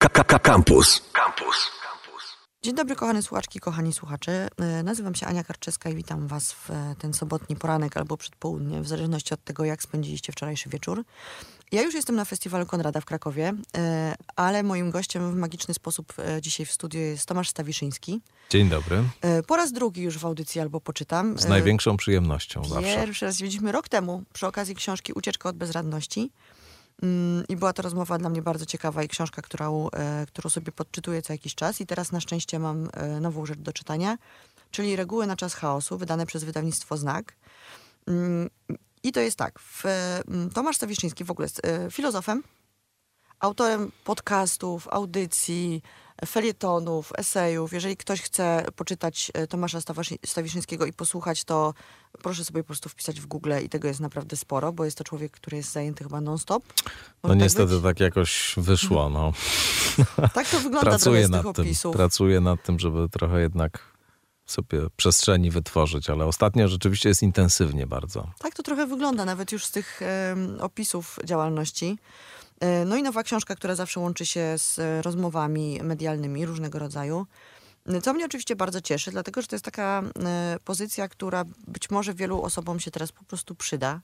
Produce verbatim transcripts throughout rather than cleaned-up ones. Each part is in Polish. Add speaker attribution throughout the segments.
Speaker 1: Campus. Campus.
Speaker 2: Dzień dobry, kochane słuchaczki, kochani słuchacze. Nazywam się Ania Karczewska i witam was w ten sobotni poranek albo przedpołudnie, w zależności od tego, jak spędziliście wczorajszy wieczór. Ja już jestem na festiwalu Konrada w Krakowie, ale moim gościem w magiczny sposób dzisiaj w studiu jest Tomasz Stawiszyński.
Speaker 3: Dzień dobry.
Speaker 2: Po raz drugi już w audycji albo poczytam.
Speaker 3: Z największą przyjemnością zawsze.
Speaker 2: Pierwszy raz widzieliśmy rok temu przy okazji książki Ucieczka od bezradności. I była to rozmowa dla mnie bardzo ciekawa i książka, którą, którą sobie podczytuję co jakiś czas. I teraz na szczęście mam nową rzecz do czytania, czyli Reguły na czas chaosu, wydane przez wydawnictwo Znak. I to jest tak, w, Tomasz Stawiszyński w ogóle jest filozofem, autorem podcastów, audycji, felietonów, esejów. Jeżeli ktoś chce poczytać Tomasza Stawiszyńskiego i posłuchać, to proszę sobie po prostu wpisać w Google i tego jest naprawdę sporo, bo jest to człowiek, który jest zajęty chyba non-stop.
Speaker 3: Może no niestety tak, tak jakoś wyszło. No.
Speaker 2: Tak to wygląda
Speaker 3: pracuję
Speaker 2: trochę z tych
Speaker 3: nad tym,
Speaker 2: opisów.
Speaker 3: Pracuję nad tym, żeby trochę jednak sobie przestrzeni wytworzyć, ale ostatnio rzeczywiście jest intensywnie bardzo.
Speaker 2: Tak to trochę wygląda, nawet już z tych um, opisów działalności. No i nowa książka, która zawsze łączy się z rozmowami medialnymi różnego rodzaju. Co mnie oczywiście bardzo cieszy, dlatego że to jest taka pozycja, która być może wielu osobom się teraz po prostu przyda.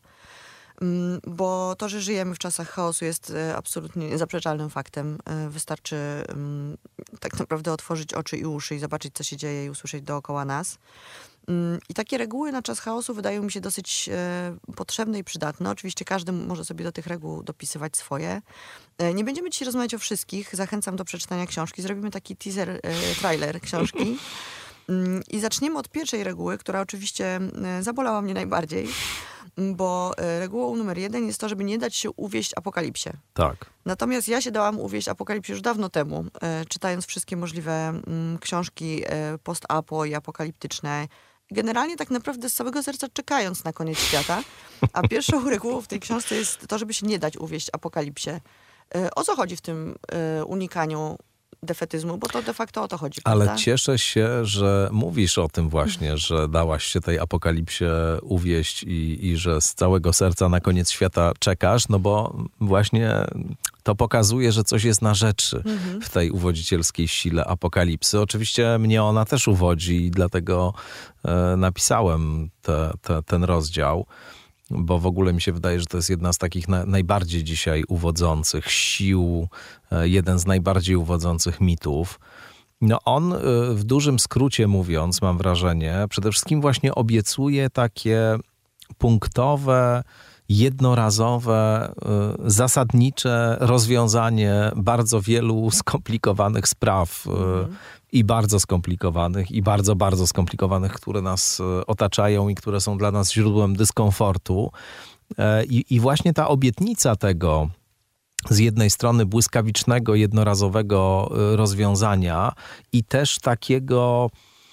Speaker 2: Bo to, że żyjemy w czasach chaosu, jest absolutnie niezaprzeczalnym faktem. Wystarczy tak naprawdę otworzyć oczy i uszy i zobaczyć, co się dzieje i usłyszeć dookoła nas. I takie reguły na czas chaosu wydają mi się dosyć e, potrzebne i przydatne. Oczywiście każdy może sobie do tych reguł dopisywać swoje. E, nie będziemy dzisiaj rozmawiać o wszystkich. Zachęcam do przeczytania książki. Zrobimy taki teaser, e, trailer książki. Mm, I zaczniemy od pierwszej reguły, która oczywiście e, zabolała mnie najbardziej, bo e, regułą numer jeden jest to, żeby nie dać się uwieść apokalipsie.
Speaker 3: Tak.
Speaker 2: Natomiast ja się dałam uwieść apokalipsie już dawno temu, e, czytając wszystkie możliwe mm, książki e, post-apo i apokaliptyczne. Generalnie tak naprawdę z całego serca czekając na koniec świata. A pierwszą regułą w tej książce jest to, żeby się nie dać uwieść apokalipsie. O co chodzi w tym unikaniu defetyzmu? Bo to de facto o to chodzi.
Speaker 3: Ale
Speaker 2: prawda?
Speaker 3: Cieszę się, że mówisz o tym właśnie, że dałaś się tej apokalipsie uwieść i, i że z całego serca na koniec świata czekasz, no bo właśnie to pokazuje, że coś jest na rzeczy mhm. w tej uwodzicielskiej sile apokalipsy. Oczywiście mnie ona też uwodzi i dlatego e, napisałem te, te, ten rozdział, bo w ogóle mi się wydaje, że to jest jedna z takich na, najbardziej dzisiaj uwodzących sił, e, jeden z najbardziej uwodzących mitów. No on e, w dużym skrócie mówiąc, mam wrażenie, przede wszystkim właśnie obiecuje takie punktowe, jednorazowe, zasadnicze rozwiązanie bardzo wielu skomplikowanych spraw mm. i bardzo skomplikowanych i bardzo, bardzo skomplikowanych, które nas otaczają i które są dla nas źródłem dyskomfortu. I, i właśnie ta obietnica tego z jednej strony błyskawicznego, jednorazowego rozwiązania i też takiego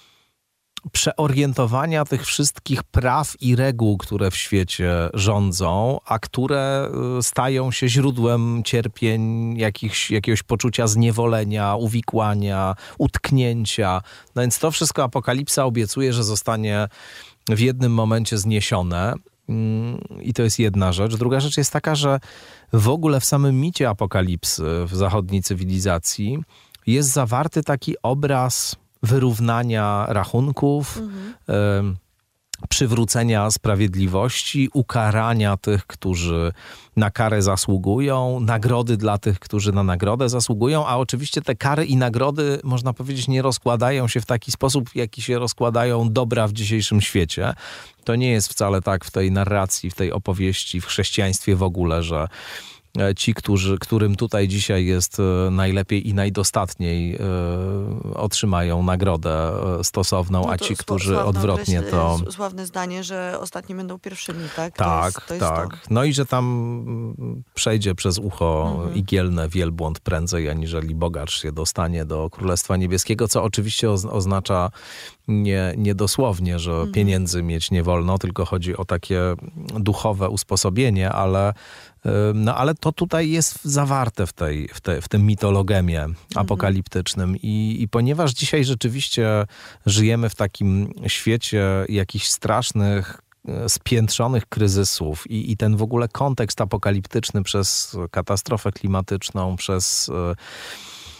Speaker 3: przeorientowania tych wszystkich praw i reguł, które w świecie rządzą, a które stają się źródłem cierpień, jakichś, jakiegoś poczucia zniewolenia, uwikłania, utknięcia. No więc to wszystko apokalipsa obiecuje, że zostanie w jednym momencie zniesione. I to jest jedna rzecz. Druga rzecz jest taka, że w ogóle w samym micie apokalipsy w zachodniej cywilizacji jest zawarty taki obraz wyrównania rachunków, mhm. y, przywrócenia sprawiedliwości, ukarania tych, którzy na karę zasługują, nagrody dla tych, którzy na nagrodę zasługują, a oczywiście te kary i nagrody, można powiedzieć, nie rozkładają się w taki sposób, w jaki się rozkładają dobra w dzisiejszym świecie. To nie jest wcale tak w tej narracji, w tej opowieści, w chrześcijaństwie w ogóle, że ci, którzy, którym tutaj dzisiaj jest najlepiej i najdostatniej, y, otrzymają nagrodę stosowną, no a ci, którzy odwrotnie to...
Speaker 2: Sławne zdanie, że ostatni będą pierwszymi, tak?
Speaker 3: Tak,
Speaker 2: to jest, to jest
Speaker 3: tak.
Speaker 2: To.
Speaker 3: No i że tam przejdzie przez ucho mhm. igielne wielbłąd prędzej, aniżeli bogacz się dostanie do Królestwa Niebieskiego, co oczywiście oznacza nie, nie dosłownie, że mhm. pieniędzy mieć nie wolno, tylko chodzi o takie duchowe usposobienie, ale No ale to tutaj jest zawarte w, tej, w, te, w tym mitologemie apokaliptycznym I, i ponieważ dzisiaj rzeczywiście żyjemy w takim świecie jakichś strasznych, spiętrzonych kryzysów i, i ten w ogóle kontekst apokaliptyczny przez katastrofę klimatyczną, przez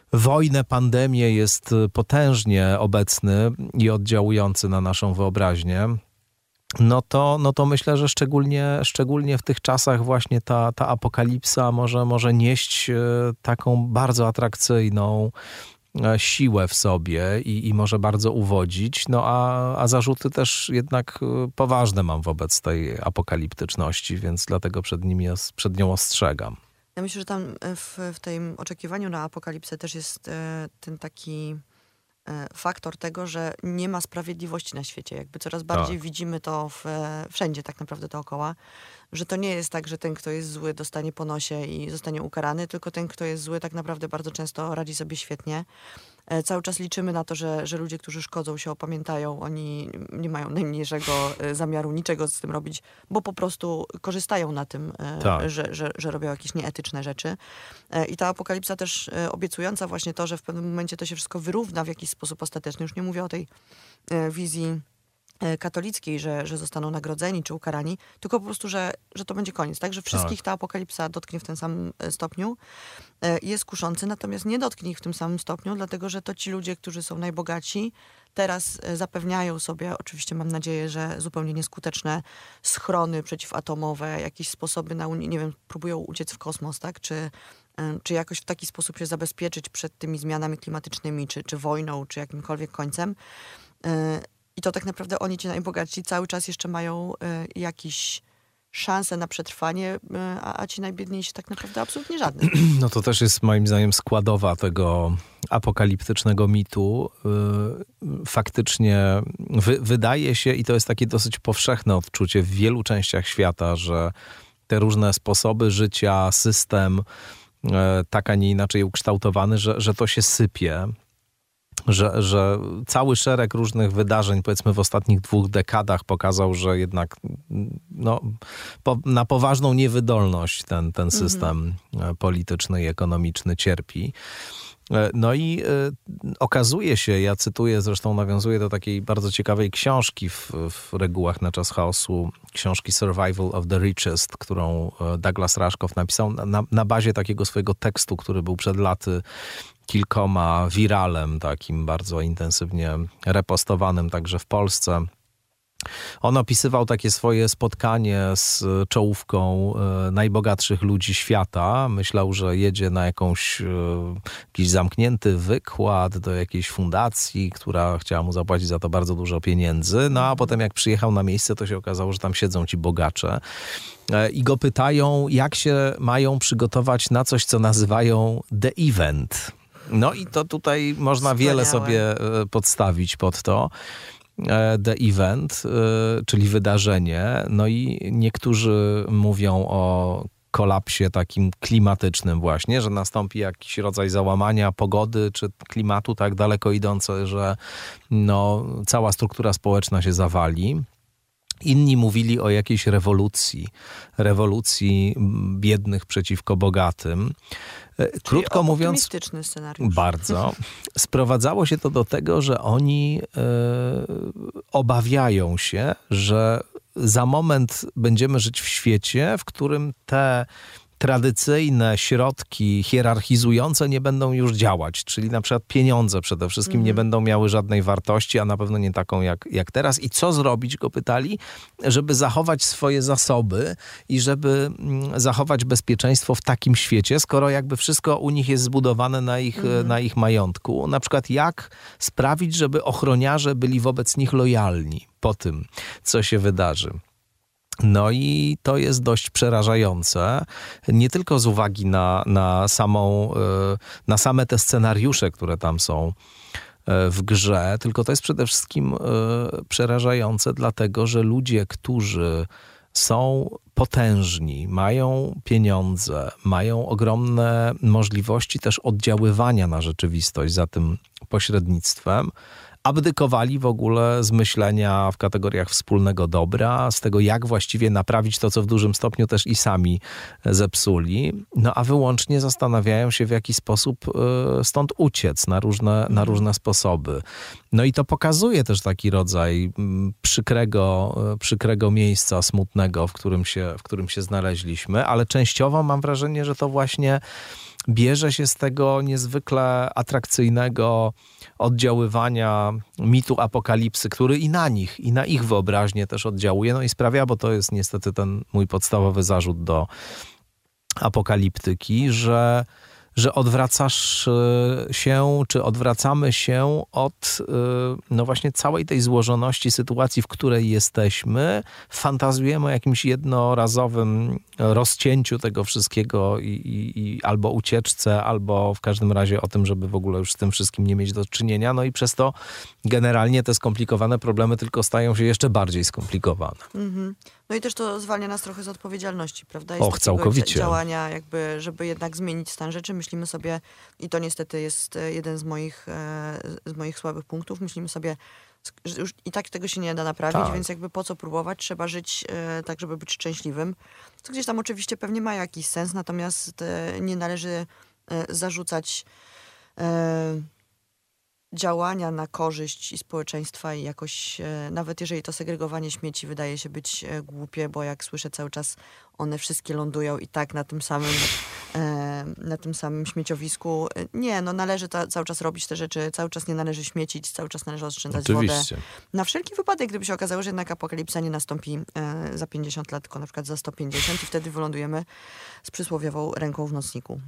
Speaker 3: wojnę, pandemię jest potężnie obecny i oddziałujący na naszą wyobraźnię, no to, no to myślę, że szczególnie, szczególnie w tych czasach właśnie ta, ta apokalipsa może, może nieść taką bardzo atrakcyjną siłę w sobie i, i może bardzo uwodzić, no a, a zarzuty też jednak poważne mam wobec tej apokaliptyczności, więc dlatego przed, nimi, przed nią ostrzegam.
Speaker 2: Ja myślę, że tam w, w tym oczekiwaniu na apokalipsę też jest e, ten taki e, faktor tego, że nie ma sprawiedliwości na świecie. Jakby coraz bardziej
Speaker 3: tak.
Speaker 2: widzimy to w, wszędzie tak naprawdę dookoła, że to nie jest tak, że ten, kto jest zły, dostanie po nosie i zostanie ukarany, tylko ten, kto jest zły, tak naprawdę bardzo często radzi sobie świetnie. E, cały czas liczymy na to, że, że ludzie, którzy szkodzą, się opamiętają. Oni nie mają najmniejszego e, zamiaru niczego z tym robić, bo po prostu korzystają na tym, e,
Speaker 3: Tak.
Speaker 2: że, że, że robią jakieś nieetyczne rzeczy. E, I ta apokalipsa też e, obiecująca właśnie to, że w pewnym momencie to się wszystko wyrówna w jakiś sposób ostateczny. Już nie mówię o tej e, wizji katolickiej, że, że zostaną nagrodzeni czy ukarani, tylko po prostu, że, że to będzie koniec, tak? Że wszystkich
Speaker 3: Tak.
Speaker 2: ta apokalipsa dotknie w tym samym stopniu. Jest kuszący, natomiast nie dotknie ich w tym samym stopniu, dlatego, że to ci ludzie, którzy są najbogaci, teraz zapewniają sobie, oczywiście mam nadzieję, że zupełnie nieskuteczne schrony przeciwatomowe, jakieś sposoby na, nie wiem, próbują uciec w kosmos, tak? Czy, czy jakoś w taki sposób się zabezpieczyć przed tymi zmianami klimatycznymi, czy, czy wojną, czy jakimkolwiek końcem. I to tak naprawdę oni, ci najbogatsi, cały czas jeszcze mają y, jakieś szanse na przetrwanie, y, a, a ci najbiedniejsi tak naprawdę absolutnie żadne.
Speaker 3: No to też jest moim zdaniem składowa tego apokaliptycznego mitu. Y, faktycznie wy, wydaje się, i to jest takie dosyć powszechne odczucie w wielu częściach świata, że te różne sposoby życia, system y, tak, a nie inaczej ukształtowany, że, że to się sypie. Że, że cały szereg różnych wydarzeń, powiedzmy w ostatnich dwóch dekadach pokazał, że jednak no, po, na poważną niewydolność ten, ten system mhm. polityczny i ekonomiczny cierpi. No i y, okazuje się, ja cytuję, zresztą nawiązuję do takiej bardzo ciekawej książki w, w regułach na czas chaosu, książki Survival of the Richest, którą Douglas Rushkoff napisał na, na bazie takiego swojego tekstu, który był przed laty kilkoma wiralem, takim bardzo intensywnie repostowanym także w Polsce. On opisywał takie swoje spotkanie z czołówką e, najbogatszych ludzi świata. Myślał, że jedzie na jakąś, e, jakiś zamknięty wykład do jakiejś fundacji, która chciała mu zapłacić za to bardzo dużo pieniędzy. No a potem jak przyjechał na miejsce, to się okazało, że tam siedzą ci bogacze e, i go pytają, jak się mają przygotować na coś, co nazywają The Event. No i to tutaj można
Speaker 2: Wspaniałe.
Speaker 3: wiele sobie e, podstawić pod to. The Event, czyli wydarzenie. No i niektórzy mówią o kolapsie takim klimatycznym właśnie, że nastąpi jakiś rodzaj załamania pogody czy klimatu tak daleko idące, że no, cała struktura społeczna się zawali. Inni mówili o jakiejś rewolucji, rewolucji biednych przeciwko bogatym. Krótko
Speaker 2: Czyli
Speaker 3: mówiąc,
Speaker 2: optymistyczny scenariusz.
Speaker 3: Bardzo. Sprowadzało się to do tego, że oni e, obawiają się, że za moment będziemy żyć w świecie, w którym te tradycyjne środki hierarchizujące nie będą już działać, czyli na przykład pieniądze przede wszystkim mm. nie będą miały żadnej wartości, a na pewno nie taką jak, jak teraz. I co zrobić, go pytali, żeby zachować swoje zasoby i żeby mm, zachować bezpieczeństwo w takim świecie, skoro jakby wszystko u nich jest zbudowane na ich, mm. na ich majątku. Na przykład jak sprawić, żeby ochroniarze byli wobec nich lojalni po tym, co się wydarzy. No i to jest dość przerażające, nie tylko z uwagi na, na, samą, na same te scenariusze, które tam są w grze, tylko to jest przede wszystkim przerażające dlatego, że ludzie, którzy są potężni, mają pieniądze, mają ogromne możliwości też oddziaływania na rzeczywistość za tym pośrednictwem, abdykowali w ogóle z myślenia w kategoriach wspólnego dobra, z tego jak właściwie naprawić to, co w dużym stopniu też i sami zepsuli, no a wyłącznie zastanawiają się, w jaki sposób stąd uciec na różne, na różne sposoby. No i to pokazuje też taki rodzaj przykrego, przykrego miejsca smutnego, w którym się, w którym się znaleźliśmy, ale częściowo mam wrażenie, że to właśnie bierze się z tego niezwykle atrakcyjnego oddziaływania mitu apokalipsy, który i na nich, i na ich wyobraźnię też oddziałuje, no i sprawia, bo to jest niestety ten mój podstawowy zarzut do apokaliptyki, że że odwracasz się, czy odwracamy się od no właśnie całej tej złożoności sytuacji, w której jesteśmy. Fantazjujemy o jakimś jednorazowym rozcięciu tego wszystkiego i, i, i albo ucieczce, albo w każdym razie o tym, żeby w ogóle już z tym wszystkim nie mieć do czynienia. No i przez to generalnie te skomplikowane problemy tylko stają się jeszcze bardziej skomplikowane.
Speaker 2: Mhm. No i też to zwalnia nas trochę z odpowiedzialności, prawda?
Speaker 3: Jest Och, całkowicie.
Speaker 2: Działania jakby, żeby jednak zmienić stan rzeczy. Myślimy sobie, i to niestety jest jeden z moich, z moich słabych punktów, myślimy sobie, że już i tak tego się nie da naprawić, tak. Więc jakby po co próbować? Trzeba żyć tak, żeby być szczęśliwym. Co gdzieś tam oczywiście pewnie ma jakiś sens, natomiast nie należy zarzucać działania na korzyść i społeczeństwa i jakoś, e, nawet jeżeli to segregowanie śmieci wydaje się być e, głupie, bo jak słyszę cały czas, one wszystkie lądują i tak na tym samym, e, na tym samym śmieciowisku. E, nie, no należy ta, cały czas robić te rzeczy, cały czas nie należy śmiecić, cały czas należy oszczędzać
Speaker 3: Oczywiście.
Speaker 2: wodę. Na wszelki wypadek, gdyby się okazało, że jednak apokalipsa nie nastąpi e, za pięćdziesiąt lat, tylko na przykład za sto pięćdziesiąt i wtedy wylądujemy z przysłowiową ręką w nocniku.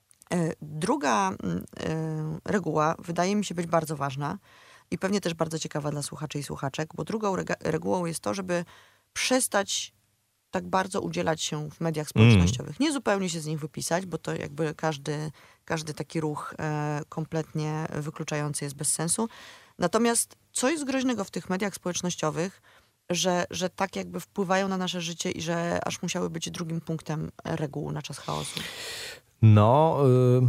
Speaker 2: Druga reguła wydaje mi się być bardzo ważna i pewnie też bardzo ciekawa dla słuchaczy i słuchaczek, bo drugą regułą jest to, żeby przestać tak bardzo udzielać się w mediach społecznościowych. Nie zupełnie się z nich wypisać, bo to jakby każdy, każdy taki ruch kompletnie wykluczający jest bez sensu. Natomiast co jest groźnego w tych mediach społecznościowych, że, że tak jakby wpływają na nasze życie i że aż musiały być drugim punktem reguł na czas chaosu?
Speaker 3: No, y,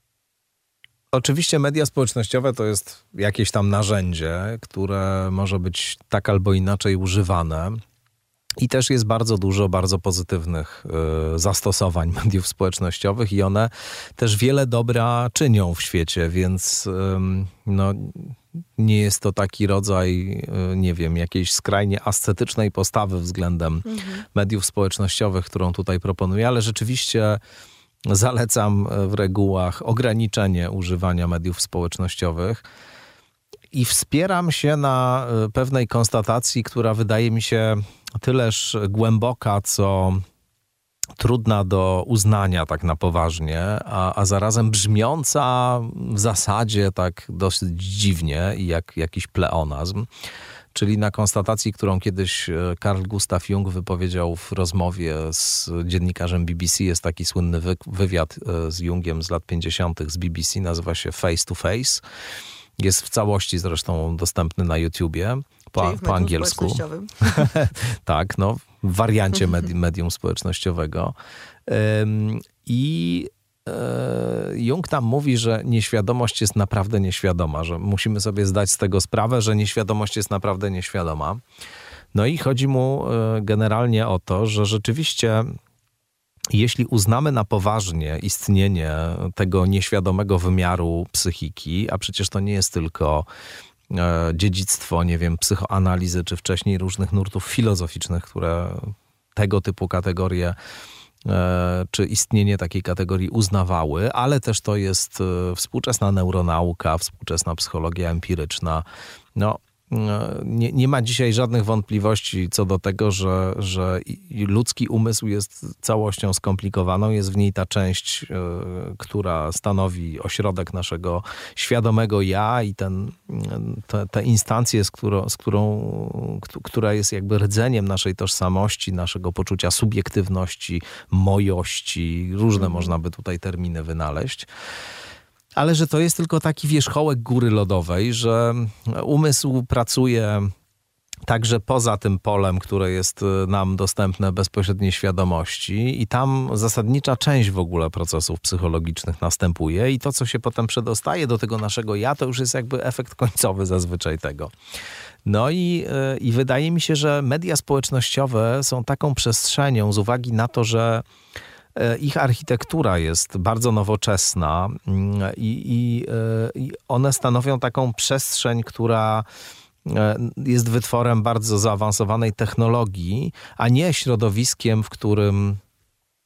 Speaker 3: oczywiście media społecznościowe to jest jakieś tam narzędzie, które może być tak albo inaczej używane. I też jest bardzo dużo bardzo pozytywnych y, zastosowań mediów społecznościowych i one też wiele dobra czynią w świecie, więc y, no, nie jest to taki rodzaj, y, nie wiem, jakiejś skrajnie ascetycznej postawy względem mhm. mediów społecznościowych, którą tutaj proponuję, ale rzeczywiście zalecam w regułach ograniczenie używania mediów społecznościowych i wspieram się na pewnej konstatacji, która wydaje mi się tyleż głęboka, co trudna do uznania tak na poważnie, a, a zarazem brzmiąca w zasadzie tak dosyć dziwnie i jak jakiś pleonazm. Czyli na konstatacji, którą kiedyś Carl Gustav Jung wypowiedział w rozmowie z dziennikarzem B B C. Jest taki słynny wy- wywiad z Jungiem z lat pięćdziesiątych z B B C. Nazywa się Face to Face. Jest w całości zresztą dostępny na YouTubie po, po angielsku. Tak, no w wariancie med- medium społecznościowego. Ym, I Jung tam mówi, że nieświadomość jest naprawdę nieświadoma, że musimy sobie zdać z tego sprawę, że nieświadomość jest naprawdę nieświadoma. No i chodzi mu generalnie o to, że rzeczywiście jeśli uznamy na poważnie istnienie tego nieświadomego wymiaru psychiki, a przecież to nie jest tylko dziedzictwo, nie wiem, psychoanalizy, czy wcześniej różnych nurtów filozoficznych, które tego typu kategorie czy istnienie takiej kategorii uznawały, ale też to jest współczesna neuronauka, współczesna psychologia empiryczna. No, nie, nie ma dzisiaj żadnych wątpliwości co do tego, że, że ludzki umysł jest całością skomplikowaną. Jest w niej ta część, która stanowi ośrodek naszego świadomego ja i ten, te, te instancje, z którą, z którą, która jest jakby rdzeniem naszej tożsamości, naszego poczucia subiektywności, mojości. Różne mm. można by tutaj terminy wynaleźć. Ale że to jest tylko taki wierzchołek góry lodowej, że umysł pracuje także poza tym polem, które jest nam dostępne bezpośredniej świadomości i tam zasadnicza część w ogóle procesów psychologicznych następuje i to, co się potem przedostaje do tego naszego ja, to już jest jakby efekt końcowy zazwyczaj tego. No i, i wydaje mi się, że media społecznościowe są taką przestrzenią z uwagi na to, że ich architektura jest bardzo nowoczesna i, i, i one stanowią taką przestrzeń, która jest wytworem bardzo zaawansowanej technologii, a nie środowiskiem, w którym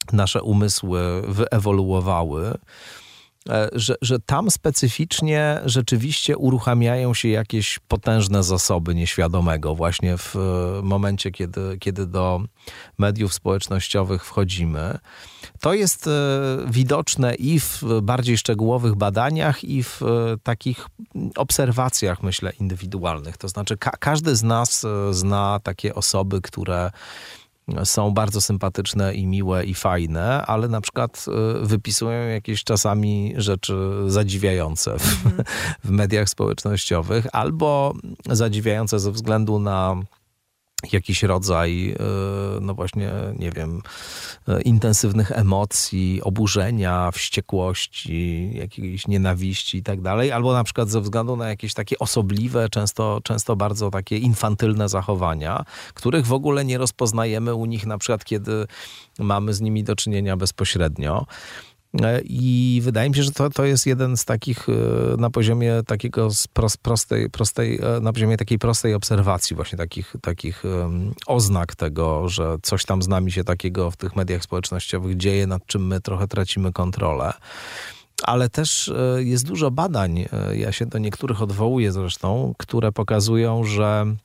Speaker 3: nasze umysły wyewoluowały, Że, że tam specyficznie rzeczywiście uruchamiają się jakieś potężne zasoby nieświadomego właśnie w momencie, kiedy, kiedy do mediów społecznościowych wchodzimy. To jest widoczne i w bardziej szczegółowych badaniach, i w takich obserwacjach, myślę, indywidualnych. To znaczy ka- każdy z nas zna takie osoby, które są bardzo sympatyczne i miłe i fajne, ale na przykład wypisują jakieś czasami rzeczy zadziwiające w, mm. w mediach społecznościowych, albo zadziwiające ze względu na jakiś rodzaj, no właśnie, nie wiem, intensywnych emocji, oburzenia, wściekłości, jakiejś nienawiści i tak dalej, albo na przykład ze względu na jakieś takie osobliwe, często, często bardzo takie infantylne zachowania, których w ogóle nie rozpoznajemy u nich, na przykład kiedy mamy z nimi do czynienia bezpośrednio. I wydaje mi się, że to, to jest jeden z takich na poziomie takiego prostej, prostej, na poziomie takiej prostej obserwacji, właśnie takich, takich oznak tego, że coś tam z nami się takiego w tych mediach społecznościowych dzieje, nad czym my trochę tracimy kontrolę. Ale też jest dużo badań, ja się do niektórych odwołuję zresztą, które pokazują, że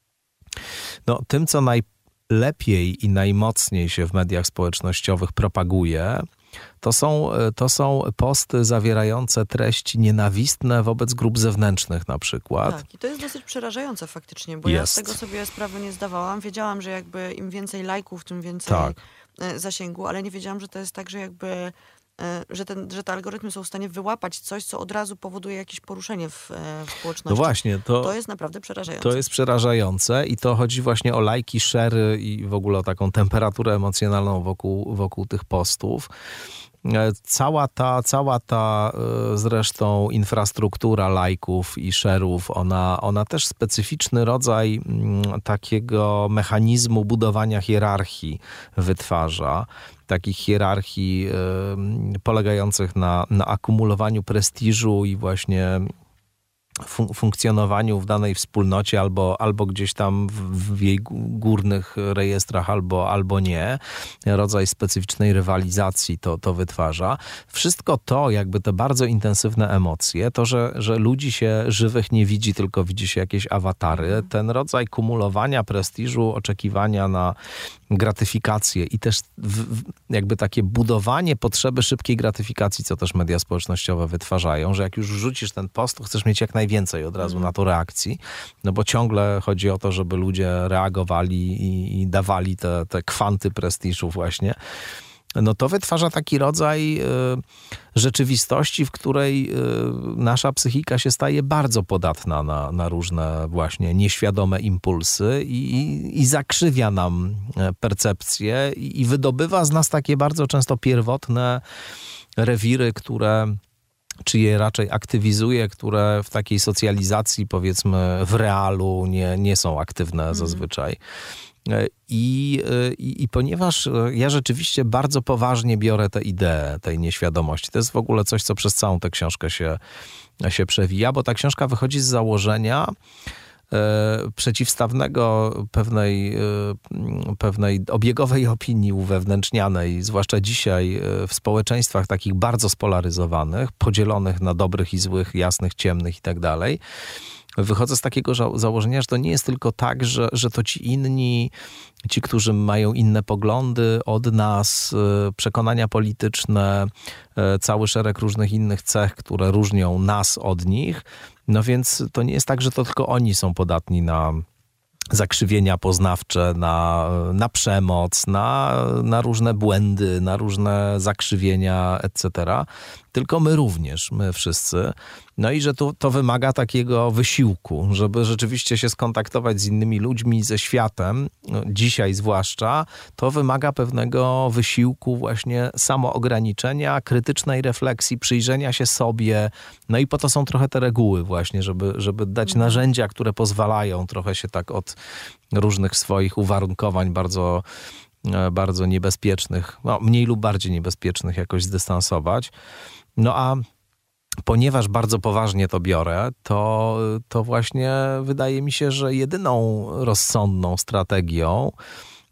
Speaker 3: no, tym, co najlepiej i najmocniej się w mediach społecznościowych propaguje, To są, to są posty zawierające treści nienawistne wobec grup zewnętrznych na przykład.
Speaker 2: Tak, i to jest dosyć przerażające faktycznie, bo jest. ja z tego sobie sprawy nie zdawałam. Wiedziałam, że jakby im więcej lajków, tym więcej tak. zasięgu, ale nie wiedziałam, że to jest tak, że jakby Że, ten, że te algorytmy są w stanie wyłapać coś, co od razu powoduje jakieś poruszenie w, w społeczności.
Speaker 3: No właśnie, to,
Speaker 2: to jest naprawdę przerażające.
Speaker 3: To jest przerażające i to chodzi właśnie o lajki, share'y i w ogóle o taką temperaturę emocjonalną wokół, wokół tych postów. Cała ta, cała ta zresztą infrastruktura lajków i share'ów, ona, ona też specyficzny rodzaj takiego mechanizmu budowania hierarchii wytwarza. Takich hierarchii y, polegających na, na akumulowaniu prestiżu i właśnie fun- funkcjonowaniu w danej wspólnocie albo, albo gdzieś tam w, w jej górnych rejestrach, albo, albo nie. Rodzaj specyficznej rywalizacji to, to wytwarza. Wszystko to, jakby te bardzo intensywne emocje, to, że, że ludzi się żywych nie widzi, tylko widzi się jakieś awatary, ten rodzaj kumulowania prestiżu, oczekiwania na gratyfikację i też w, w, jakby takie budowanie potrzeby szybkiej gratyfikacji, co też media społecznościowe wytwarzają, że jak już wrzucisz ten post, to chcesz mieć jak najwięcej od razu mm. na to reakcji, no bo ciągle chodzi o to, żeby ludzie reagowali i, i dawali te, te kwanty prestiżu właśnie. No to wytwarza taki rodzaj y, rzeczywistości, w której y, nasza psychika się staje bardzo podatna na, na różne właśnie nieświadome impulsy i, i, i zakrzywia nam percepcję i, i wydobywa z nas takie bardzo często pierwotne rewiry, które czy je raczej aktywizuje, które w takiej socjalizacji, powiedzmy, w realu nie, nie są aktywne mm. zazwyczaj. I, i, I ponieważ ja rzeczywiście bardzo poważnie biorę tę ideę tej nieświadomości, to jest w ogóle coś, co przez całą tę książkę się, się przewija, bo ta książka wychodzi z założenia e, przeciwstawnego pewnej, e, pewnej obiegowej opinii uwewnętrznianej, zwłaszcza dzisiaj w społeczeństwach takich bardzo spolaryzowanych, podzielonych na dobrych i złych, jasnych, ciemnych i tak dalej. Wychodzę z takiego ża- założenia, że to nie jest tylko tak, że, że to ci inni, ci, którzy mają inne poglądy od nas, przekonania polityczne, cały szereg różnych innych cech, które różnią nas od nich. No więc to nie jest tak, że to tylko oni są podatni na zakrzywienia poznawcze, na, na przemoc, na, na różne błędy, na różne zakrzywienia, et cetera. Tylko my również, my wszyscy. No i że to, to wymaga takiego wysiłku, żeby rzeczywiście się skontaktować z innymi ludźmi, ze światem, no dzisiaj zwłaszcza, to wymaga pewnego wysiłku właśnie samoograniczenia, krytycznej refleksji, przyjrzenia się sobie. No i po to są trochę te reguły właśnie, żeby, żeby dać mhm. narzędzia, które pozwalają trochę się tak od różnych swoich uwarunkowań bardzo, bardzo niebezpiecznych, no mniej lub bardziej niebezpiecznych jakoś zdystansować. No a ponieważ bardzo poważnie to biorę, to, to właśnie wydaje mi się, że jedyną rozsądną strategią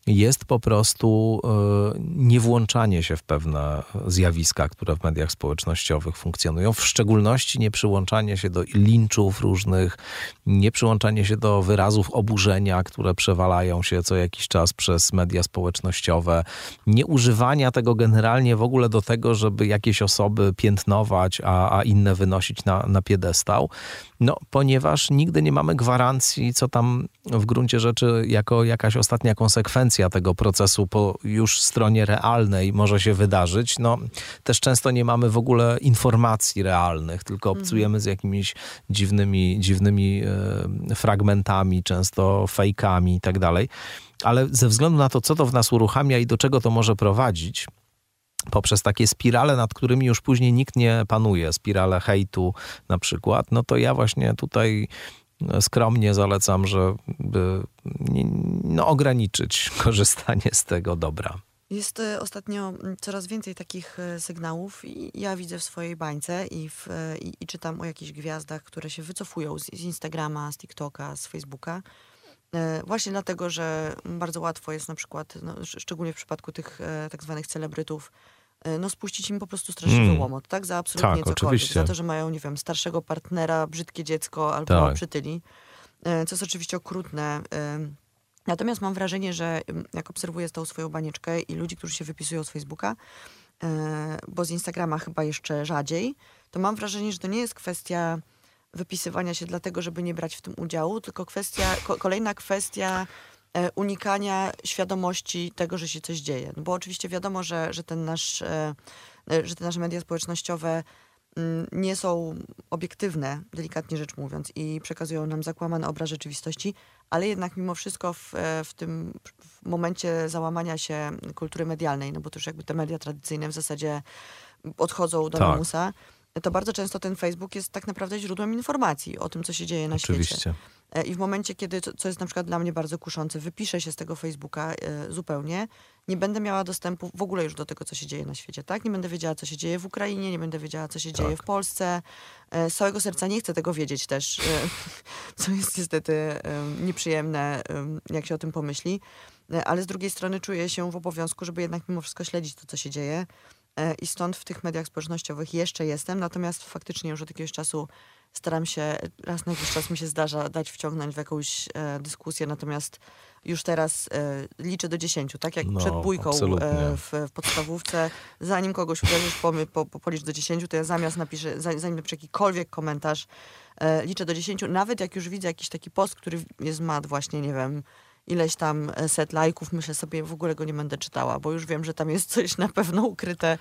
Speaker 3: jest po prostu y, niewłączanie się w pewne zjawiska, które w mediach społecznościowych funkcjonują. W szczególności nie przyłączanie się do linczów różnych, nie przyłączanie się do wyrazów oburzenia, które przewalają się co jakiś czas przez media społecznościowe. Nie używania tego generalnie w ogóle do tego, żeby jakieś osoby piętnować, a, a inne wynosić na, na piedestał. No, ponieważ nigdy nie mamy gwarancji, co tam w gruncie rzeczy jako jakaś ostatnia konsekwencja tego procesu po już stronie realnej może się wydarzyć. No, też często nie mamy w ogóle informacji realnych, tylko obcujemy z jakimiś dziwnymi, dziwnymi e, fragmentami, często fejkami i tak dalej. Ale ze względu na to, co to w nas uruchamia i do czego to może prowadzić, poprzez takie spirale, nad którymi już później nikt nie panuje, spirale hejtu na przykład, no to ja właśnie tutaj skromnie zalecam, żeby no, ograniczyć korzystanie z tego dobra.
Speaker 2: Jest ostatnio coraz więcej takich sygnałów i ja widzę w swojej bańce i, w, i, i czytam o jakichś gwiazdach, które się wycofują z, z Instagrama, z TikToka, z Facebooka. Właśnie dlatego, że bardzo łatwo jest na przykład, no, szczególnie w przypadku tych e, tak zwanych celebrytów, e, no spuścić im po prostu straszliwy mm. łomot, tak? Za absolutnie
Speaker 3: tak,
Speaker 2: cokolwiek.
Speaker 3: Oczywiście.
Speaker 2: Za to, że mają, nie wiem, starszego partnera, brzydkie dziecko albo
Speaker 3: tak.
Speaker 2: przytyli, e, co jest oczywiście okrutne. E, natomiast mam wrażenie, że jak obserwuję tą swoją banieczkę i ludzi, którzy się wypisują z Facebooka, e, bo z Instagrama chyba jeszcze rzadziej, to mam wrażenie, że to nie jest kwestia wypisywania się dlatego, żeby nie brać w tym udziału, tylko kwestia, ko- kolejna kwestia e, unikania świadomości tego, że się coś dzieje. No bo oczywiście wiadomo, że, że, ten nasz, e, że te nasze media społecznościowe m, nie są obiektywne, delikatnie rzecz mówiąc, i przekazują nam zakłamany obraz rzeczywistości, ale jednak mimo wszystko w, w tym w momencie załamania się kultury medialnej, no bo to już jakby te media tradycyjne w zasadzie odchodzą do
Speaker 3: tak.
Speaker 2: lamusa, to bardzo często ten Facebook jest tak naprawdę źródłem informacji o tym, co się dzieje na
Speaker 3: Oczywiście.
Speaker 2: świecie. I w momencie, kiedy, co jest na przykład dla mnie bardzo kuszące, wypiszę się z tego Facebooka e, zupełnie, nie będę miała dostępu w ogóle już do tego, co się dzieje na świecie, tak? Nie będę wiedziała, co się dzieje w Ukrainie, nie będę wiedziała, co się
Speaker 3: tak.
Speaker 2: dzieje w Polsce. E, z całego serca nie chcę tego wiedzieć też, e, co jest niestety e, nieprzyjemne, e, jak się o tym pomyśli. E, ale z drugiej strony czuję się w obowiązku, żeby jednak mimo wszystko śledzić to, co się dzieje. I stąd w tych mediach społecznościowych jeszcze jestem, natomiast faktycznie już od jakiegoś czasu staram się, raz na jakiś czas mi się zdarza dać wciągnąć w jakąś e, dyskusję, natomiast już teraz e, liczę do dziesięciu, tak jak
Speaker 3: no,
Speaker 2: przed bójką e, w, w podstawówce. Zanim kogoś uderzysz, po, po, po, policz do dziesięciu, to ja zamiast napiszę, zanim napiszę jakikolwiek komentarz, e, liczę do dziesięciu, nawet jak już widzę jakiś taki post, który jest mat właśnie, nie wiem, ileś tam set lajków, myślę sobie, w ogóle go nie będę czytała, bo już wiem, że tam jest coś na pewno ukryte,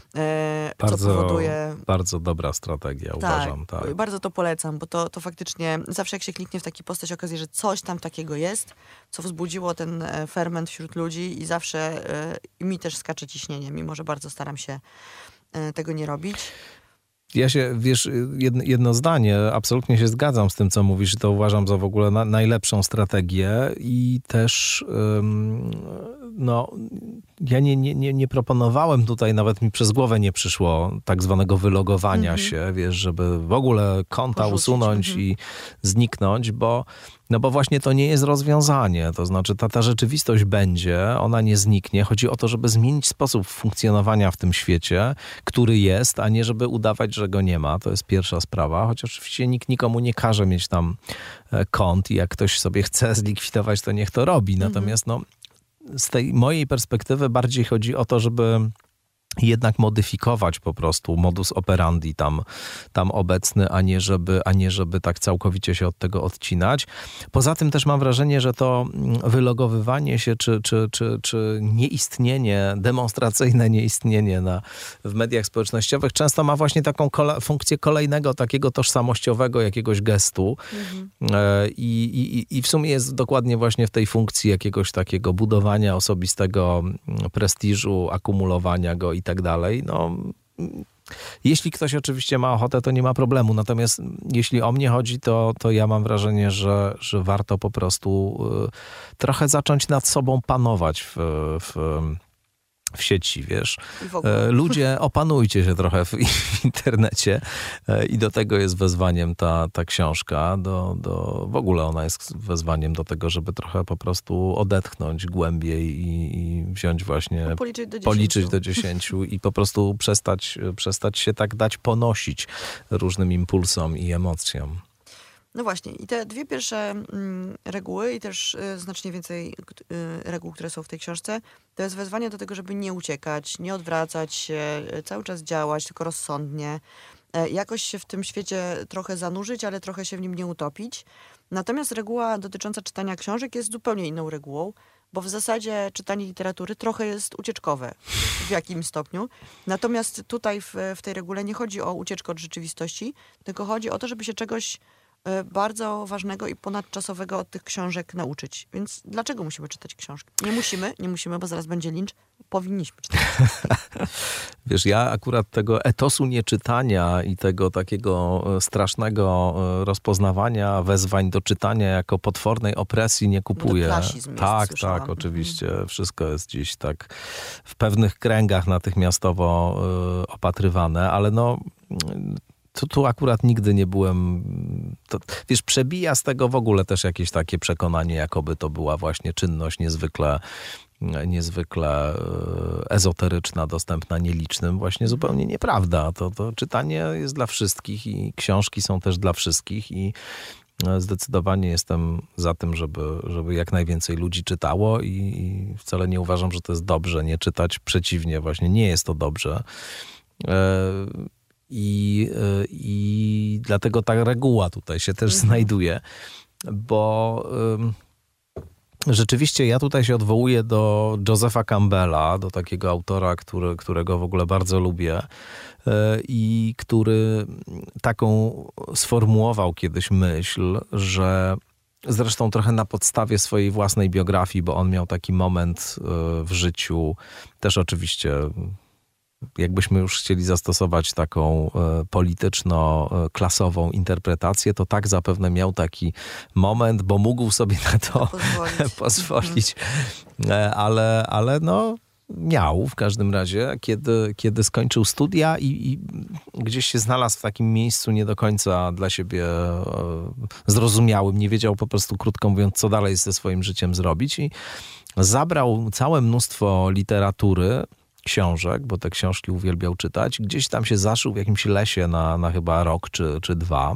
Speaker 2: e,
Speaker 3: bardzo,
Speaker 2: co powoduje...
Speaker 3: Bardzo dobra strategia,
Speaker 2: tak,
Speaker 3: uważam. Tak,
Speaker 2: bardzo to polecam, bo to, to faktycznie zawsze jak się kliknie w taki post, to się okazuje, że coś tam takiego jest, co wzbudziło ten ferment wśród ludzi i zawsze e, mi też skacze ciśnienie, mimo że bardzo staram się e, tego nie robić.
Speaker 3: Ja się, wiesz, jedno, jedno zdanie, absolutnie się zgadzam z tym, co mówisz, to uważam za w ogóle na, najlepszą strategię i też ym, no, ja nie, nie, nie, nie proponowałem tutaj, nawet mi przez głowę nie przyszło tak zwanego wylogowania mm-hmm. się, wiesz, żeby w ogóle konta
Speaker 2: Porzucić,
Speaker 3: usunąć mm-hmm. i zniknąć, bo no bo właśnie to nie jest rozwiązanie. To znaczy ta, ta rzeczywistość będzie, ona nie zniknie. Chodzi o to, żeby zmienić sposób funkcjonowania w tym świecie, który jest, a nie żeby udawać, że go nie ma. To jest pierwsza sprawa. Chociaż oczywiście nikt nikomu nie każe mieć tam kont i jak ktoś sobie chce zlikwidować, to niech to robi. Natomiast no, z tej mojej perspektywy bardziej chodzi o to, żeby jednak modyfikować po prostu modus operandi tam, tam obecny, a nie, żeby, a nie żeby tak całkowicie się od tego odcinać. Poza tym też mam wrażenie, że to wylogowywanie się, czy, czy, czy, czy nieistnienie, demonstracyjne nieistnienie na, w mediach społecznościowych często ma właśnie taką kole, funkcję kolejnego takiego tożsamościowego jakiegoś gestu. Mhm. I, i, I w sumie jest dokładnie właśnie w tej funkcji jakiegoś takiego budowania osobistego prestiżu, akumulowania go i tak dalej. No, jeśli ktoś oczywiście ma ochotę, to nie ma problemu. Natomiast jeśli o mnie chodzi, to, to ja mam wrażenie, że, że warto po prostu y, trochę zacząć nad sobą panować w, w, w sieci, wiesz.
Speaker 2: I w ogóle.
Speaker 3: Ludzie, opanujcie się trochę w, w internecie i do tego jest wezwaniem ta, ta książka. Do, do, w ogóle ona jest wezwaniem do tego, żeby trochę po prostu odetchnąć głębiej i, i wziąć właśnie,
Speaker 2: no, policzyć do dziesięciu.
Speaker 3: policzyć do dziesięciu i po prostu przestać, przestać się tak dać ponosić różnym impulsom i emocjom.
Speaker 2: No właśnie, i te dwie pierwsze mm, reguły i też y, znacznie więcej y, reguł, które są w tej książce, to jest wezwanie do tego, żeby nie uciekać, nie odwracać się, y, cały czas działać, tylko rozsądnie, y, jakoś się w tym świecie trochę zanurzyć, ale trochę się w nim nie utopić. Natomiast reguła dotycząca czytania książek jest zupełnie inną regułą, bo w zasadzie czytanie literatury trochę jest ucieczkowe w jakimś stopniu. Natomiast tutaj w, w tej regule nie chodzi o ucieczkę od rzeczywistości, tylko chodzi o to, żeby się czegoś bardzo ważnego i ponadczasowego od tych książek nauczyć. Więc dlaczego musimy czytać książki? Nie musimy, nie musimy, bo zaraz będzie lincz. Powinniśmy czytać.
Speaker 3: Wiesz, ja akurat tego etosu nieczytania i tego takiego strasznego rozpoznawania wezwań do czytania jako potwornej opresji nie kupuję.
Speaker 2: To klasizm
Speaker 3: tak,
Speaker 2: jest, słyszałam.
Speaker 3: tak, oczywiście. Mhm. Wszystko jest dziś tak w pewnych kręgach natychmiastowo opatrywane, ale no... Tu, tu akurat nigdy nie byłem... To, wiesz, przebija z tego w ogóle też jakieś takie przekonanie, jakoby to była właśnie czynność niezwykle, niezwykle ezoteryczna, dostępna nielicznym. Właśnie zupełnie nieprawda. To, to czytanie jest dla wszystkich i książki są też dla wszystkich i zdecydowanie jestem za tym, żeby, żeby jak najwięcej ludzi czytało i, i wcale nie uważam, że to jest dobrze nie czytać. Przeciwnie, właśnie nie jest to dobrze. I, I dlatego ta reguła tutaj się też mhm. znajduje, bo y, rzeczywiście ja tutaj się odwołuję do Josepha Campbella, do takiego autora, który, którego w ogóle bardzo lubię y, i który taką sformułował kiedyś myśl, że zresztą trochę na podstawie swojej własnej biografii, bo on miał taki moment y, w życiu, też oczywiście... Jakbyśmy już chcieli zastosować taką e, polityczno-klasową interpretację, to tak zapewne miał taki moment, bo mógł sobie na to pozwolić, pozwolić. E, ale, ale no miał w każdym razie, kiedy, kiedy skończył studia i, i gdzieś się znalazł w takim miejscu nie do końca dla siebie e, zrozumiałym, nie wiedział po prostu, krótko mówiąc, co dalej ze swoim życiem zrobić i zabrał całe mnóstwo literatury, książek, bo te książki uwielbiał czytać. Gdzieś tam się zaszył w jakimś lesie na, na chyba rok czy, czy dwa.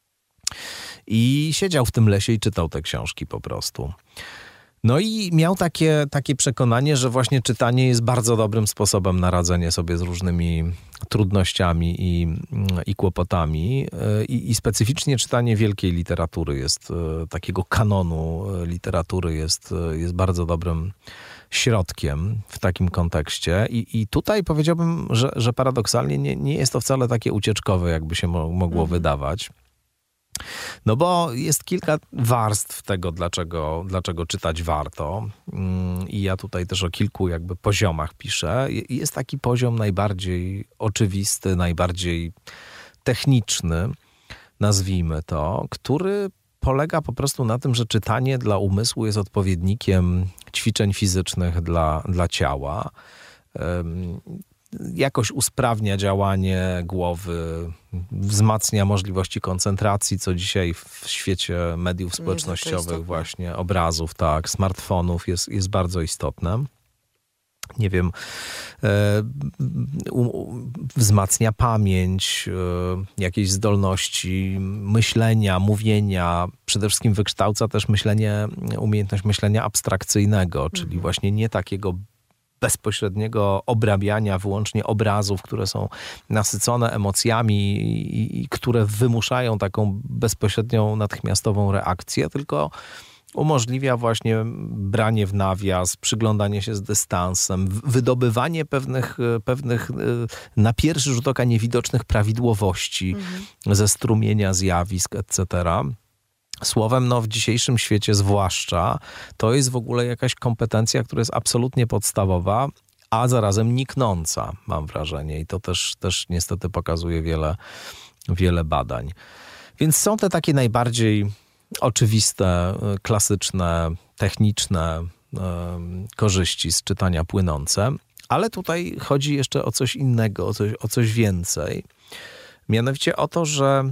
Speaker 3: I siedział w tym lesie i czytał te książki po prostu. No i miał takie, takie przekonanie, że właśnie czytanie jest bardzo dobrym sposobem na radzenie sobie z różnymi trudnościami i, i kłopotami. I, I specyficznie czytanie wielkiej literatury jest, takiego kanonu literatury jest, jest bardzo dobrym środkiem w takim kontekście. I, i tutaj powiedziałbym, że, że paradoksalnie nie, nie jest to wcale takie ucieczkowe, jakby się mo- mogło mhm. wydawać. No bo jest kilka warstw tego, dlaczego, dlaczego czytać warto. I ja tutaj też o kilku jakby poziomach piszę. Jest taki poziom najbardziej oczywisty, najbardziej techniczny, nazwijmy to, który polega po prostu na tym, że czytanie dla umysłu jest odpowiednikiem ćwiczeń fizycznych dla, dla ciała. Jakoś usprawnia działanie głowy, wzmacnia możliwości koncentracji, co dzisiaj w świecie mediów społecznościowych, właśnie obrazów, tak, smartfonów jest, jest bardzo istotne. Nie wiem, e, u, wzmacnia pamięć, e, jakieś zdolności myślenia, mówienia. Przede wszystkim wykształca też myślenie, umiejętność myślenia abstrakcyjnego, czyli mhm. właśnie nie takiego bezpośredniego obrabiania wyłącznie obrazów, które są nasycone emocjami i, i które wymuszają taką bezpośrednią, natychmiastową reakcję, tylko umożliwia właśnie branie w nawias, przyglądanie się z dystansem, wydobywanie pewnych, pewnych na pierwszy rzut oka niewidocznych prawidłowości mhm. ze strumienia zjawisk, et cetera. Słowem, no w dzisiejszym świecie zwłaszcza, to jest w ogóle jakaś kompetencja, która jest absolutnie podstawowa, a zarazem niknąca, mam wrażenie. I to też, też niestety pokazuje wiele, wiele badań. Więc są te takie najbardziej oczywiste, klasyczne, techniczne e, korzyści z czytania płynące, Ale tutaj chodzi jeszcze o coś innego, o coś, o coś więcej. Mianowicie o to, że,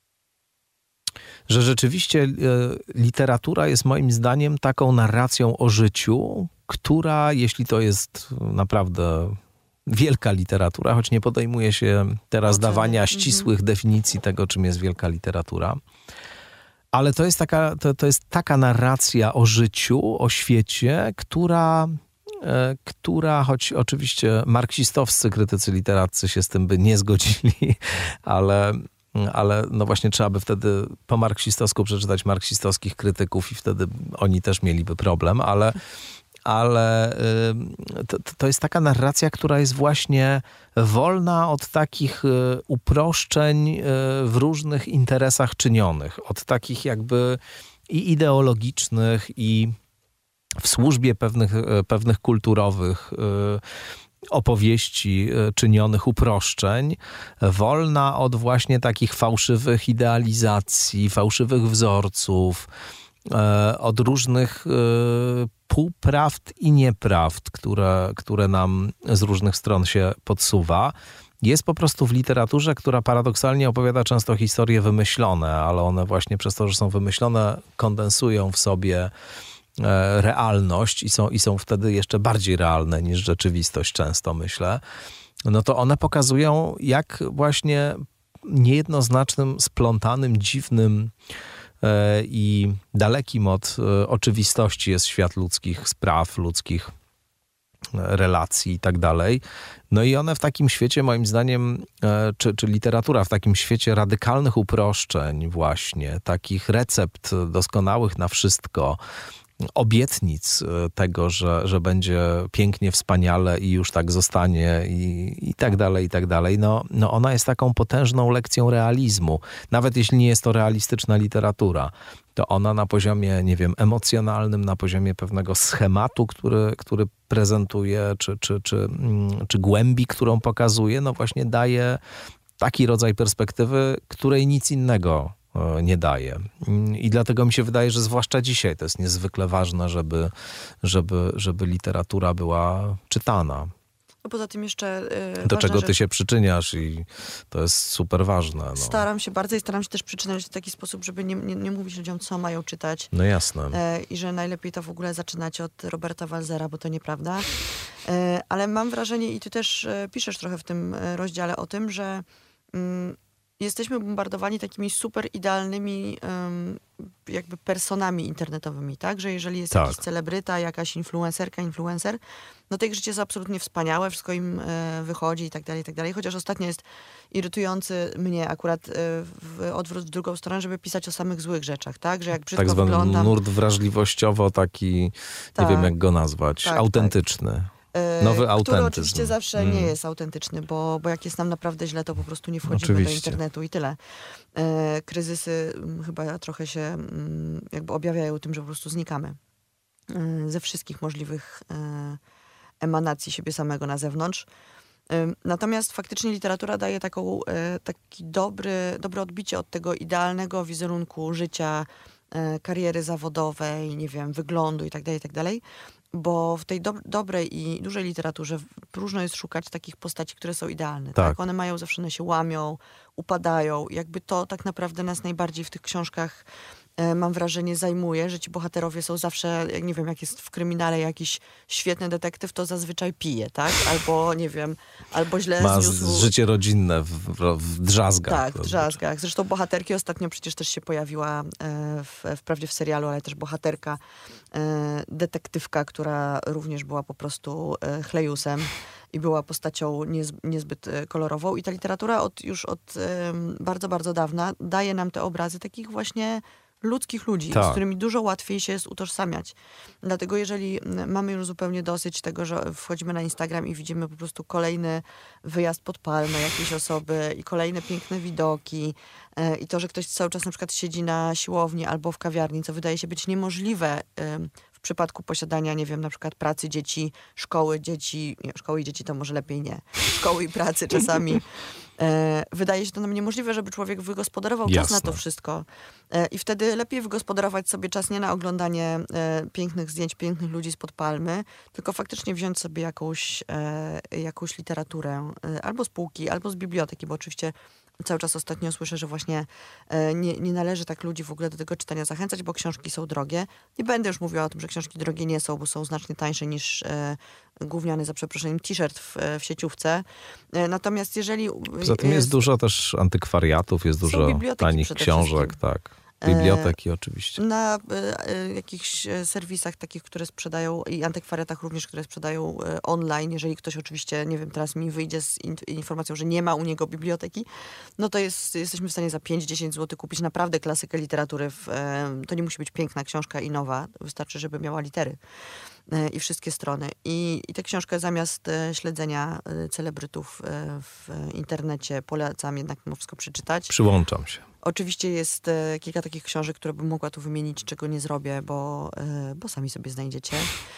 Speaker 3: że rzeczywiście literatura jest moim zdaniem taką narracją o życiu, która, jeśli to jest naprawdę wielka literatura, choć nie podejmuje się teraz
Speaker 2: Oceny.
Speaker 3: dawania ścisłych mm-hmm. definicji tego, czym jest wielka literatura, ale to jest taka, to, to jest taka narracja o życiu, o świecie, która, e, która, choć oczywiście marksistowscy krytycy literaccy się z tym by nie zgodzili, ale, ale no właśnie trzeba by wtedy po marksistowsku przeczytać marksistowskich krytyków i wtedy oni też mieliby problem, ale ale to, to jest taka narracja, która jest właśnie wolna od takich uproszczeń w różnych interesach czynionych, od takich jakby i ideologicznych, i w służbie pewnych, pewnych kulturowych opowieści czynionych uproszczeń, wolna od właśnie takich fałszywych idealizacji, fałszywych wzorców, od różnych półprawd i nieprawd, które, które nam z różnych stron się podsuwa. Jest po prostu w literaturze, która paradoksalnie opowiada często historie wymyślone, ale one właśnie przez to, że są wymyślone, kondensują w sobie realność i są, i są wtedy jeszcze bardziej realne niż rzeczywistość często, myślę. No to one pokazują, jak właśnie niejednoznacznym, splątanym, dziwnym i dalekim od oczywistości jest świat ludzkich spraw, ludzkich relacji i tak dalej. No i one w takim świecie, moim zdaniem, czy, czy literatura w takim świecie radykalnych uproszczeń właśnie, takich recept doskonałych na wszystko, obietnic tego, że, że będzie pięknie, wspaniale i już tak zostanie i, i tak dalej, i tak dalej. No, no ona jest taką potężną lekcją realizmu. Nawet jeśli nie jest to realistyczna literatura, to ona na poziomie, nie wiem, emocjonalnym, na poziomie pewnego schematu, który, który prezentuje, czy, czy, czy, czy głębi, którą pokazuje, no właśnie daje taki rodzaj perspektywy, której nic innego nie daje. I dlatego mi się wydaje, że zwłaszcza dzisiaj to jest niezwykle ważne, żeby, żeby, żeby literatura była czytana.
Speaker 2: No poza tym jeszcze... Yy,
Speaker 3: do
Speaker 2: ważne,
Speaker 3: czego ty
Speaker 2: że...
Speaker 3: się przyczyniasz i to jest super ważne. No.
Speaker 2: Staram się bardzo i staram się też przyczyniać w taki sposób, żeby nie, nie, nie mówić ludziom, co mają czytać.
Speaker 3: No jasne.
Speaker 2: E, I że najlepiej to w ogóle zaczynać od Roberta Walsera, bo to nieprawda. E, ale mam wrażenie, i ty też e, piszesz trochę w tym rozdziale o tym, że mm, jesteśmy bombardowani takimi super idealnymi um, jakby personami internetowymi, tak? Że jeżeli jest
Speaker 3: tak.
Speaker 2: jakiś celebryta, jakaś influencerka, influencer, no to ich życie jest absolutnie wspaniałe, wszystko im e, wychodzi i tak dalej, i tak dalej. Chociaż ostatnio jest irytujący mnie akurat e, w odwrót w drugą stronę, żeby pisać o samych złych rzeczach, tak? Że jak brzydko
Speaker 3: tak zwany
Speaker 2: wyglądam...
Speaker 3: nurt wrażliwościowo taki,
Speaker 2: tak,
Speaker 3: nie wiem jak go nazwać,
Speaker 2: tak,
Speaker 3: autentyczny.
Speaker 2: Tak.
Speaker 3: Nowy
Speaker 2: który
Speaker 3: autentyzm.
Speaker 2: oczywiście zawsze
Speaker 3: mm.
Speaker 2: nie jest autentyczny, bo, bo jak jest nam naprawdę źle, to po prostu nie wchodzimy
Speaker 3: oczywiście.
Speaker 2: do internetu i tyle. E, kryzysy m, chyba trochę się m, jakby objawiają tym, że po prostu znikamy e, ze wszystkich możliwych e, emanacji siebie samego na zewnątrz. E, natomiast faktycznie literatura daje taką, e, taki dobry, dobre odbicie od tego idealnego wizerunku życia, e, kariery zawodowej, nie wiem, wyglądu i tak dalej, i tak dalej. Bo w tej do, dobrej i dużej literaturze próżno jest szukać takich postaci, które są idealne. Tak. tak? One mają zawsze, one się łamią, upadają. Jakby to tak naprawdę nas najbardziej w tych książkach, e, mam wrażenie, zajmuje, że ci bohaterowie są zawsze, jak nie wiem, jak jest w kryminale jakiś świetny detektyw, to zazwyczaj pije, tak? Albo, nie wiem, albo źle
Speaker 3: Ma
Speaker 2: zniósł...
Speaker 3: z, życie rodzinne w, w drzazgach.
Speaker 2: Tak, w drzazgach. Zresztą bohaterki ostatnio przecież też się pojawiła, e, w, wprawdzie w serialu, ale też bohaterka, e, detektywka, która również była po prostu e, chlejusem i była postacią niez, niezbyt e, kolorową. I ta literatura od, już od e, bardzo, bardzo dawna daje nam te obrazy takich właśnie ludzkich ludzi, tak. z którymi dużo łatwiej się jest utożsamiać. Dlatego jeżeli mamy już zupełnie dosyć tego, że wchodzimy na Instagram i widzimy po prostu kolejny wyjazd pod palmę jakiejś osoby i kolejne piękne widoki e, i to, że ktoś cały czas na przykład siedzi na siłowni albo w kawiarni, co wydaje się być niemożliwe e, w przypadku posiadania, nie wiem, na przykład pracy dzieci, szkoły dzieci, nie, szkoły i dzieci to może lepiej nie, szkoły i pracy czasami E, wydaje się to nam niemożliwe, żeby człowiek wygospodarował
Speaker 3: Jasne.
Speaker 2: czas na to wszystko. E, I wtedy lepiej wygospodarować sobie czas nie na oglądanie e, pięknych zdjęć, pięknych ludzi spod palmy, tylko faktycznie wziąć sobie jakąś, e, jakąś literaturę e, albo z półki, albo z biblioteki, bo oczywiście cały czas ostatnio słyszę, że właśnie e, nie, nie należy tak ludzi w ogóle do tego czytania zachęcać, bo książki są drogie. Nie będę już mówiła o tym, że książki drogie nie są, bo są znacznie tańsze niż e, gówniany, za przeproszeniem, t-shirt w, w sieciówce. E, natomiast jeżeli...
Speaker 3: Poza tym jest dużo też antykwariatów, jest dużo tanich książek, tak. Biblioteki oczywiście.
Speaker 2: Na y, y, jakichś serwisach takich, które sprzedają i antykwariatach również, które sprzedają y, online, jeżeli ktoś oczywiście, nie wiem, teraz mi wyjdzie z in, informacją, że nie ma u niego biblioteki, no to jest, jesteśmy w stanie za pięć do dziesięciu złotych kupić naprawdę klasykę literatury. W, y, to nie musi być piękna książka i nowa, wystarczy, żeby miała litery i wszystkie strony. I, i tę książkę zamiast e, śledzenia e, celebrytów e, w internecie polecam jednak mimo wszystko przeczytać.
Speaker 3: Przyłączam się.
Speaker 2: Oczywiście jest e, kilka takich książek, które bym mogła tu wymienić, czego nie zrobię, bo, e, bo sami sobie znajdziecie.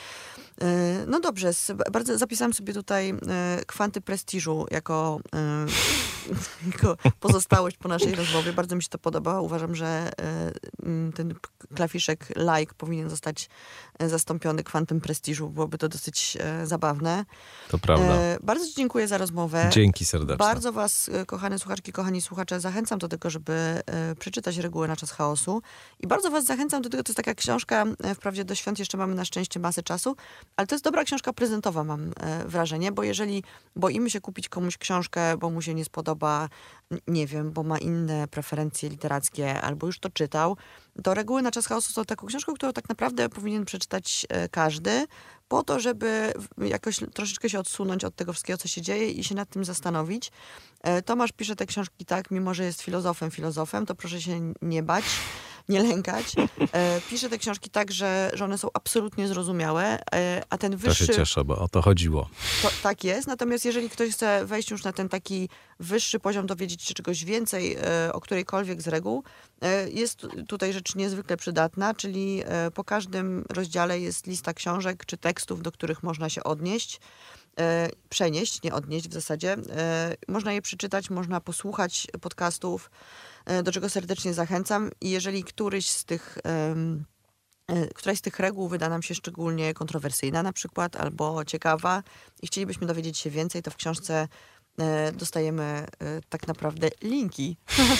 Speaker 2: E, no dobrze, z, bardzo zapisałam sobie tutaj e, kwanty prestiżu jako, e, jako pozostałość po naszej rozmowie. Bardzo mi się to podoba. Uważam, że e, ten klawiszek like powinien zostać zastąpiony kwantem prestiżu. Byłoby to dosyć e, zabawne.
Speaker 3: To prawda.
Speaker 2: E, bardzo ci dziękuję za rozmowę.
Speaker 3: Dzięki serdecznie.
Speaker 2: Bardzo was, kochane słuchaczki, kochani słuchacze, zachęcam do tego, żeby e, przeczytać Reguły na czas chaosu. I bardzo was zachęcam do tego, to jest taka książka, e, wprawdzie do świąt jeszcze mamy na szczęście masę czasu, ale to jest dobra książka prezentowa, mam e, wrażenie, bo jeżeli boimy się kupić komuś książkę, bo mu się nie spodoba, nie wiem, bo ma inne preferencje literackie, albo już to czytał, to Reguły na czas chaosu są taką książką, którą tak naprawdę powinien przeczytać e, każdy, po to, żeby jakoś troszeczkę się odsunąć od tego wszystkiego, co się dzieje i się nad tym zastanowić. E, Tomasz pisze te książki tak, mimo że jest filozofem, filozofem, to proszę się nie bać, nie lękać. E, pisze te książki tak, że, że one są absolutnie zrozumiałe, e, a ten wyższy...
Speaker 3: To się cieszę, bo o to chodziło.
Speaker 2: To, tak jest, natomiast jeżeli ktoś chce wejść już na ten taki wyższy poziom, dowiedzieć się czegoś więcej e, o którejkolwiek z reguł, e, jest tutaj rzecz niezwykle przydatna, czyli e, po każdym rozdziale jest lista książek czy tekstów, do których można się odnieść, e, przenieść, nie odnieść w zasadzie. E, można je przeczytać, można posłuchać podcastów, e, do czego serdecznie zachęcam. I jeżeli któryś z tych... E, Któraś z tych reguł wyda nam się szczególnie kontrowersyjna na przykład, albo ciekawa i chcielibyśmy dowiedzieć się więcej, to w książce e, dostajemy e, tak naprawdę linki.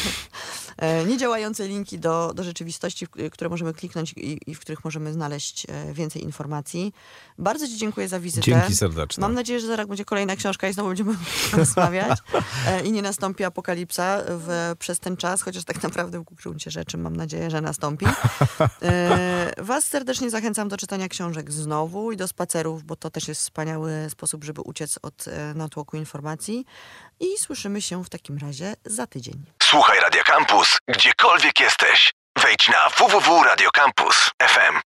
Speaker 2: e, niedziałające linki do, do rzeczywistości, w, które możemy kliknąć i, i w których możemy znaleźć e, więcej informacji. Bardzo ci dziękuję za wizytę.
Speaker 3: Dzięki serdeczne.
Speaker 2: Mam nadzieję, że zaraz będzie kolejna książka i znowu będziemy rozmawiać e, i nie nastąpi apokalipsa w, przez ten czas, chociaż tak naprawdę w gruncie rzeczy mam nadzieję, że nastąpi. E, was serdecznie zachęcam do czytania książek znowu i do spacerów, bo to też jest wspaniały sposób, żeby uciec od e, natłoku informacji. I słyszymy się w takim razie za tydzień.
Speaker 1: Słuchaj Radio Campus, gdziekolwiek jesteś. Wejdź na w w w kropka radio campus kropka f m.